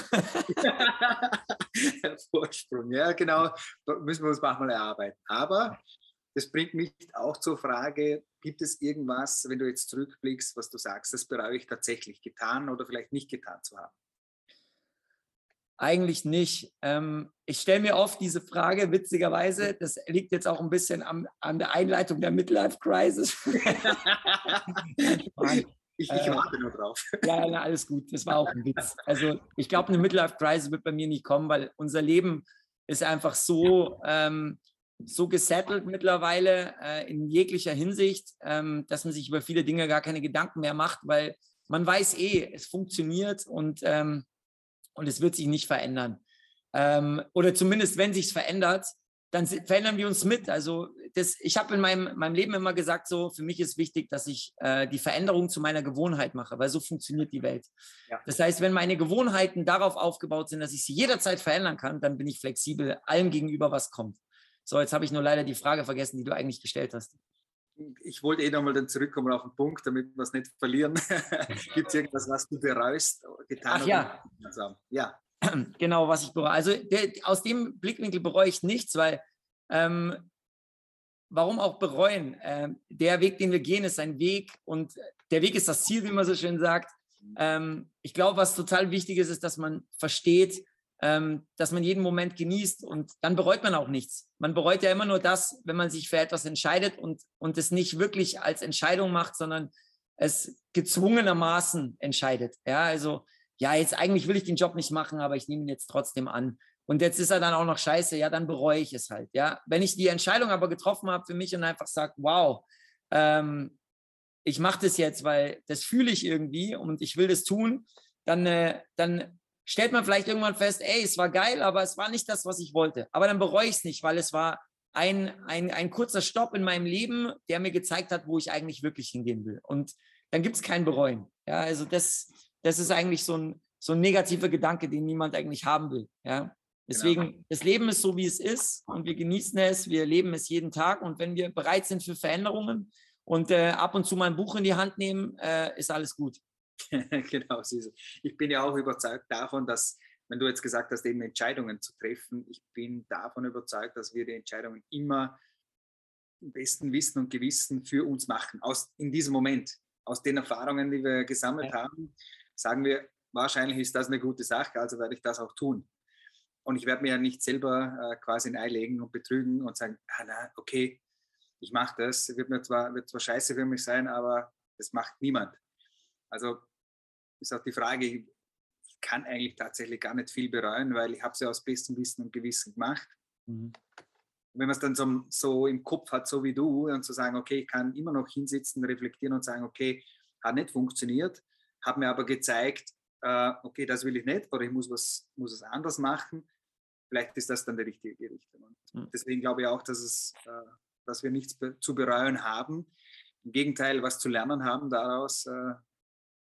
Vorsprung, ja, genau. Da müssen wir uns manchmal erarbeiten. Aber das bringt mich auch zur Frage, gibt es irgendwas, wenn du jetzt zurückblickst, was du sagst, das bereue ich tatsächlich getan oder vielleicht nicht getan zu haben? Eigentlich nicht. Ähm, ich stelle mir oft diese Frage, witzigerweise, das liegt jetzt auch ein bisschen am, an der Einleitung der Midlife-Crisis. ich, ich äh, warte nur drauf. Ja, na, alles gut. Das war auch ein Witz. Also ich glaube, eine Midlife-Crisis wird bei mir nicht kommen, weil unser Leben ist einfach so, ähm, so gesettelt mittlerweile äh, in jeglicher Hinsicht, ähm, dass man sich über viele Dinge gar keine Gedanken mehr macht, weil man weiß eh, es funktioniert und ähm, Und es wird sich nicht verändern. Ähm, oder zumindest, wenn sich es verändert, dann verändern wir uns mit. Also das, ich habe in meinem, meinem Leben immer gesagt, so für mich ist wichtig, dass ich äh, die Veränderung zu meiner Gewohnheit mache, weil so funktioniert die Welt. Ja. Das heißt, wenn meine Gewohnheiten darauf aufgebaut sind, dass ich sie jederzeit verändern kann, dann bin ich flexibel allem gegenüber, was kommt. So, jetzt habe ich nur leider die Frage vergessen, die du eigentlich gestellt hast. Ich wollte eh nochmal dann zurückkommen auf den Punkt, damit wir es nicht verlieren. Gibt es irgendwas, was du bereust, getan Ach ja. Hast? Ja. Genau, was ich bereue. Also der, aus dem Blickwinkel bereue ich nichts, weil ähm, warum auch bereuen? Ähm, der Weg, den wir gehen, ist ein Weg und der Weg ist das Ziel, wie man so schön sagt. Ähm, ich glaube, was total wichtig ist, ist, dass man versteht, ähm, dass man jeden Moment genießt und dann bereut man auch nichts. Man bereut ja immer nur das, wenn man sich für etwas entscheidet und, und es nicht wirklich als Entscheidung macht, sondern es gezwungenermaßen entscheidet. Ja, also ja, jetzt eigentlich will ich den Job nicht machen, aber ich nehme ihn jetzt trotzdem an. Und jetzt ist er dann auch noch scheiße, ja, dann bereue ich es halt. Ja, wenn ich die Entscheidung aber getroffen habe für mich und einfach sage, wow, ähm, ich mache das jetzt, weil das fühle ich irgendwie und ich will das tun, dann, äh, dann stellt man vielleicht irgendwann fest, ey, es war geil, aber es war nicht das, was ich wollte. Aber dann bereue ich es nicht, weil es war ein, ein, ein kurzer Stopp in meinem Leben, der mir gezeigt hat, wo ich eigentlich wirklich hingehen will. Und dann gibt es kein Bereuen. Ja, also das, das ist eigentlich so ein, so ein negativer Gedanke, den niemand eigentlich haben will. Ja, deswegen, genau. Das Leben ist so, wie es ist und wir genießen es, wir leben es jeden Tag und wenn wir bereit sind für Veränderungen und äh, ab und zu mal ein Buch in die Hand nehmen, äh, ist alles gut. Genau, ich bin ja auch überzeugt davon, dass, wenn du jetzt gesagt hast, eben Entscheidungen zu treffen, ich bin davon überzeugt, dass wir die Entscheidungen immer im besten Wissen und Gewissen für uns machen, aus, in diesem Moment. Aus den Erfahrungen, die wir gesammelt ja. haben, sagen wir, wahrscheinlich ist das eine gute Sache, also werde ich das auch tun. Und ich werde mir ja nicht selber äh, quasi ein Ei legen und betrügen und sagen, ah, na, okay, ich mache das, wird, mir zwar, wird zwar scheiße für mich sein, aber das macht niemand. Also ist auch die Frage, ich kann eigentlich tatsächlich gar nicht viel bereuen, weil ich habe es ja aus bestem Wissen und Gewissen gemacht. Mhm. Und wenn man es dann so, so im Kopf hat, so wie du, und zu sagen, okay, ich kann immer noch hinsitzen, reflektieren und sagen, okay, hat nicht funktioniert, hat mir aber gezeigt, äh, okay, das will ich nicht oder ich muss was, muss was anderes machen. Vielleicht ist das dann die richtige Richtung. Und mhm. deswegen glaube ich auch, dass, es, äh, dass wir nichts be- zu bereuen haben. Im Gegenteil, was zu lernen haben daraus, äh,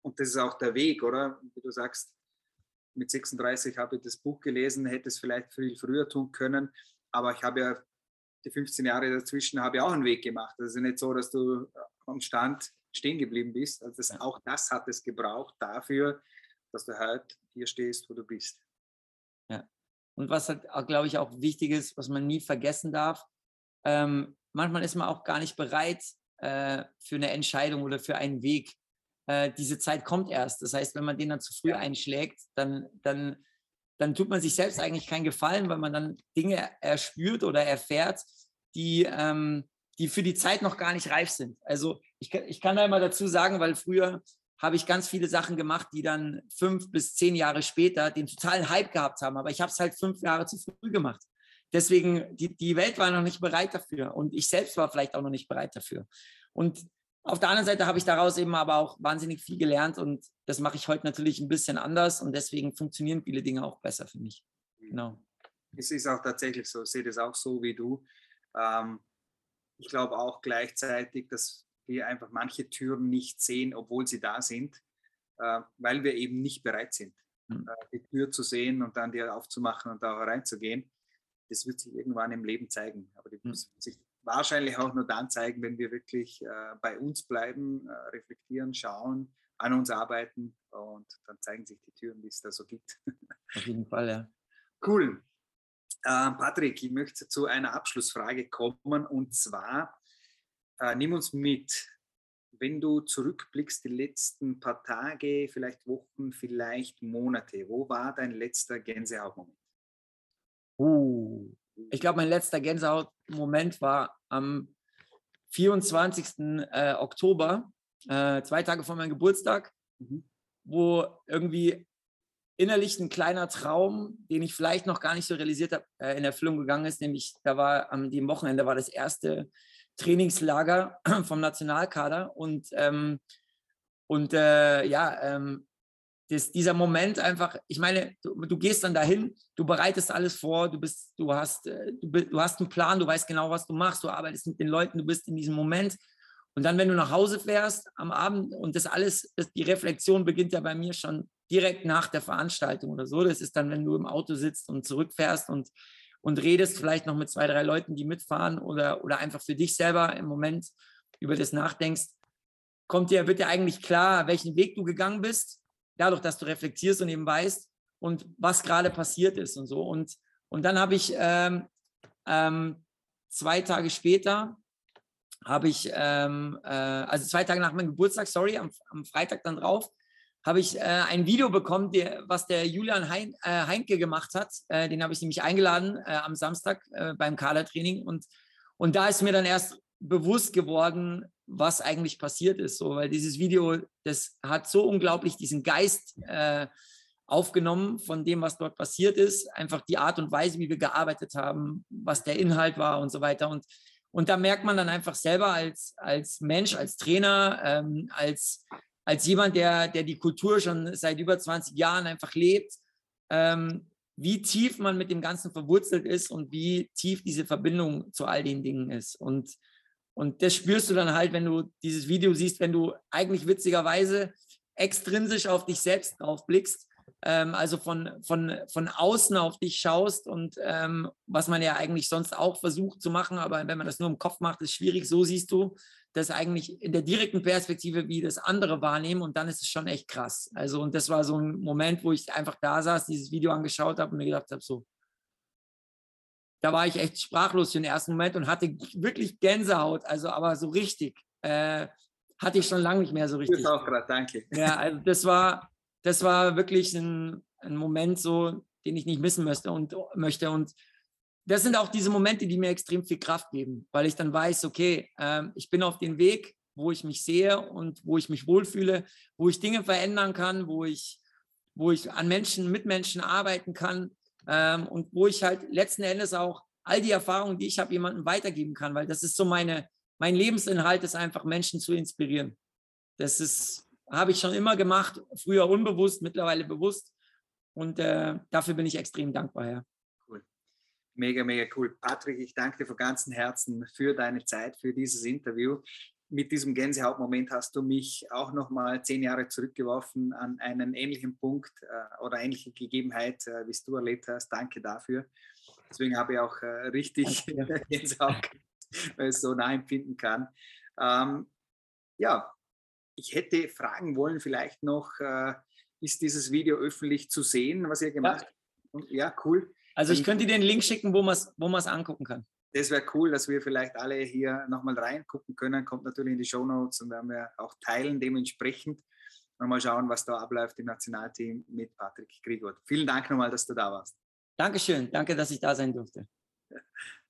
und das ist auch der Weg, oder? Wie du sagst, mit sechsunddreißig habe ich das Buch gelesen, hätte es vielleicht viel früher tun können, aber ich habe ja die fünfzehn Jahre dazwischen habe ich auch einen Weg gemacht. Das ist nicht so, dass du am Stand stehen geblieben bist. Also das, auch das hat es gebraucht dafür, dass du halt hier stehst, wo du bist. Ja. Und was halt, glaube ich, auch wichtig ist, was man nie vergessen darf, ähm, manchmal ist man auch gar nicht bereit äh, für eine Entscheidung oder für einen Weg. Äh, diese Zeit kommt erst. Das heißt, wenn man den dann zu früh ja. einschlägt, dann, dann, dann tut man sich selbst eigentlich keinen Gefallen, weil man dann Dinge erspürt oder erfährt, die, ähm, die für die Zeit noch gar nicht reif sind. Also ich, ich kann da immer dazu sagen, weil früher habe ich ganz viele Sachen gemacht, die dann fünf bis zehn Jahre später den totalen Hype gehabt haben. Aber ich habe es halt fünf Jahre zu früh gemacht. Deswegen, die, die Welt war noch nicht bereit dafür und ich selbst war vielleicht auch noch nicht bereit dafür. Und auf der anderen Seite habe ich daraus eben aber auch wahnsinnig viel gelernt und das mache ich heute natürlich ein bisschen anders und deswegen funktionieren viele Dinge auch besser für mich. Genau. Es ist auch tatsächlich so, ich sehe das auch so wie du. Ähm, ich glaube auch gleichzeitig, dass wir einfach manche Türen nicht sehen, obwohl sie da sind, äh, weil wir eben nicht bereit sind, mhm. äh, die Tür zu sehen und dann die aufzumachen und da reinzugehen. Das wird sich irgendwann im Leben zeigen. Aber das wird sich wahrscheinlich auch nur dann zeigen, wenn wir wirklich äh, bei uns bleiben, äh, reflektieren, schauen, an uns arbeiten und dann zeigen sich die Türen, die es da so gibt. Auf jeden Fall, ja. Cool. Äh, Patrick, ich möchte zu einer Abschlussfrage kommen und zwar, äh, nimm uns mit, wenn du zurückblickst, die letzten paar Tage, vielleicht Wochen, vielleicht Monate, wo war dein letzter Gänsehautmoment? Uh, ich glaube, mein letzter Gänsehautmoment war am vierundzwanzigsten Äh, Oktober, äh, zwei Tage vor meinem Geburtstag, mhm. wo irgendwie innerlich ein kleiner Traum, den ich vielleicht noch gar nicht so realisiert habe, äh, in Erfüllung gegangen ist. Nämlich, da war am dem Wochenende war das erste Trainingslager vom Nationalkader und, ähm, und äh, ja, ähm, das, dieser Moment einfach, ich meine, du, du gehst dann dahin, du bereitest alles vor, du bist, du hast, du, du hast einen Plan, du weißt genau, was du machst, du arbeitest mit den Leuten, du bist in diesem Moment. Und dann, wenn du nach Hause fährst am Abend und das alles, das, die Reflexion beginnt ja bei mir schon direkt nach der Veranstaltung oder so. Das ist dann, wenn du im Auto sitzt und zurückfährst und, und redest, vielleicht noch mit zwei, drei Leuten, die mitfahren oder, oder einfach für dich selber im Moment über das nachdenkst, kommt dir, wird dir eigentlich klar, welchen Weg du gegangen bist, dadurch, dass du reflektierst und eben weißt und was gerade passiert ist und so. Und, und dann habe ich ähm, ähm, zwei Tage später, habe ich, ähm, äh, also zwei Tage nach meinem Geburtstag, sorry, am, am Freitag dann drauf, habe ich äh, ein Video bekommen, der, was der Julian hein, äh, Heinke gemacht hat. Äh, den habe ich nämlich eingeladen äh, am Samstag äh, beim Kadertraining. Und, und da ist mir dann erst bewusst geworden, was eigentlich passiert ist. So, weil dieses Video, das hat so unglaublich diesen Geist äh, aufgenommen von dem, was dort passiert ist. Einfach die Art und Weise, wie wir gearbeitet haben, was der Inhalt war und so weiter. Und, und da merkt man dann einfach selber als, als Mensch, als Trainer, ähm, als, als jemand, der, der die Kultur schon seit über zwanzig Jahren einfach lebt, ähm, wie tief man mit dem Ganzen verwurzelt ist und wie tief diese Verbindung zu all den Dingen ist. Und, und das spürst du dann halt, wenn du dieses Video siehst, wenn du eigentlich witzigerweise extrinsisch auf dich selbst drauf blickst, ähm, also von, von, von außen auf dich schaust und ähm, was man ja eigentlich sonst auch versucht zu machen, aber wenn man das nur im Kopf macht, ist schwierig. So siehst du das eigentlich in der direkten Perspektive, wie das andere wahrnehmen, und dann ist es schon echt krass. Also, und das war so ein Moment, wo ich einfach da saß, dieses Video angeschaut habe und mir gedacht habe, so, da war ich echt sprachlos für den ersten Moment und hatte wirklich Gänsehaut, also aber so richtig, äh, hatte ich schon lange nicht mehr so richtig. Ich auch gerade, danke. Ja, also das war, das war wirklich ein, ein Moment so, den ich nicht missen möchte und möchte und das sind auch diese Momente, die mir extrem viel Kraft geben, weil ich dann weiß, okay, äh, ich bin auf dem Weg, wo ich mich sehe und wo ich mich wohlfühle, wo ich Dinge verändern kann, wo ich, wo ich an Menschen, mit Menschen arbeiten kann ähm, und wo ich halt letzten Endes auch all die Erfahrungen, die ich habe, jemandem weitergeben kann, weil das ist so meine, mein Lebensinhalt ist einfach, Menschen zu inspirieren. Das ist, habe ich schon immer gemacht, früher unbewusst, mittlerweile bewusst und äh, dafür bin ich extrem dankbar, ja. Mega, mega cool. Patrick, ich danke dir von ganzem Herzen für deine Zeit, für dieses Interview. mit diesem Gänsehautmoment hast du mich auch nochmal zehn Jahre zurückgeworfen an einen ähnlichen Punkt äh, oder ähnliche Gegebenheit, äh, wie es du erlebt hast. Danke dafür. Deswegen habe ich auch äh, richtig Gänsehaut, weil ich es so nachempfinden kann. Ähm, ja, ich hätte fragen wollen, vielleicht noch, äh, ist dieses Video öffentlich zu sehen, was ihr gemacht habt? Ja. Ja, cool. Also ich könnte dir den Link schicken, wo man es wo angucken kann. Das wäre cool, dass wir vielleicht alle hier nochmal reingucken können. Kommt natürlich in die Shownotes und werden wir auch teilen dementsprechend. Und mal schauen, was da abläuft im Nationalteam mit Patrick Grigort. Vielen Dank nochmal, dass du da warst. Dankeschön. Danke, dass ich da sein durfte.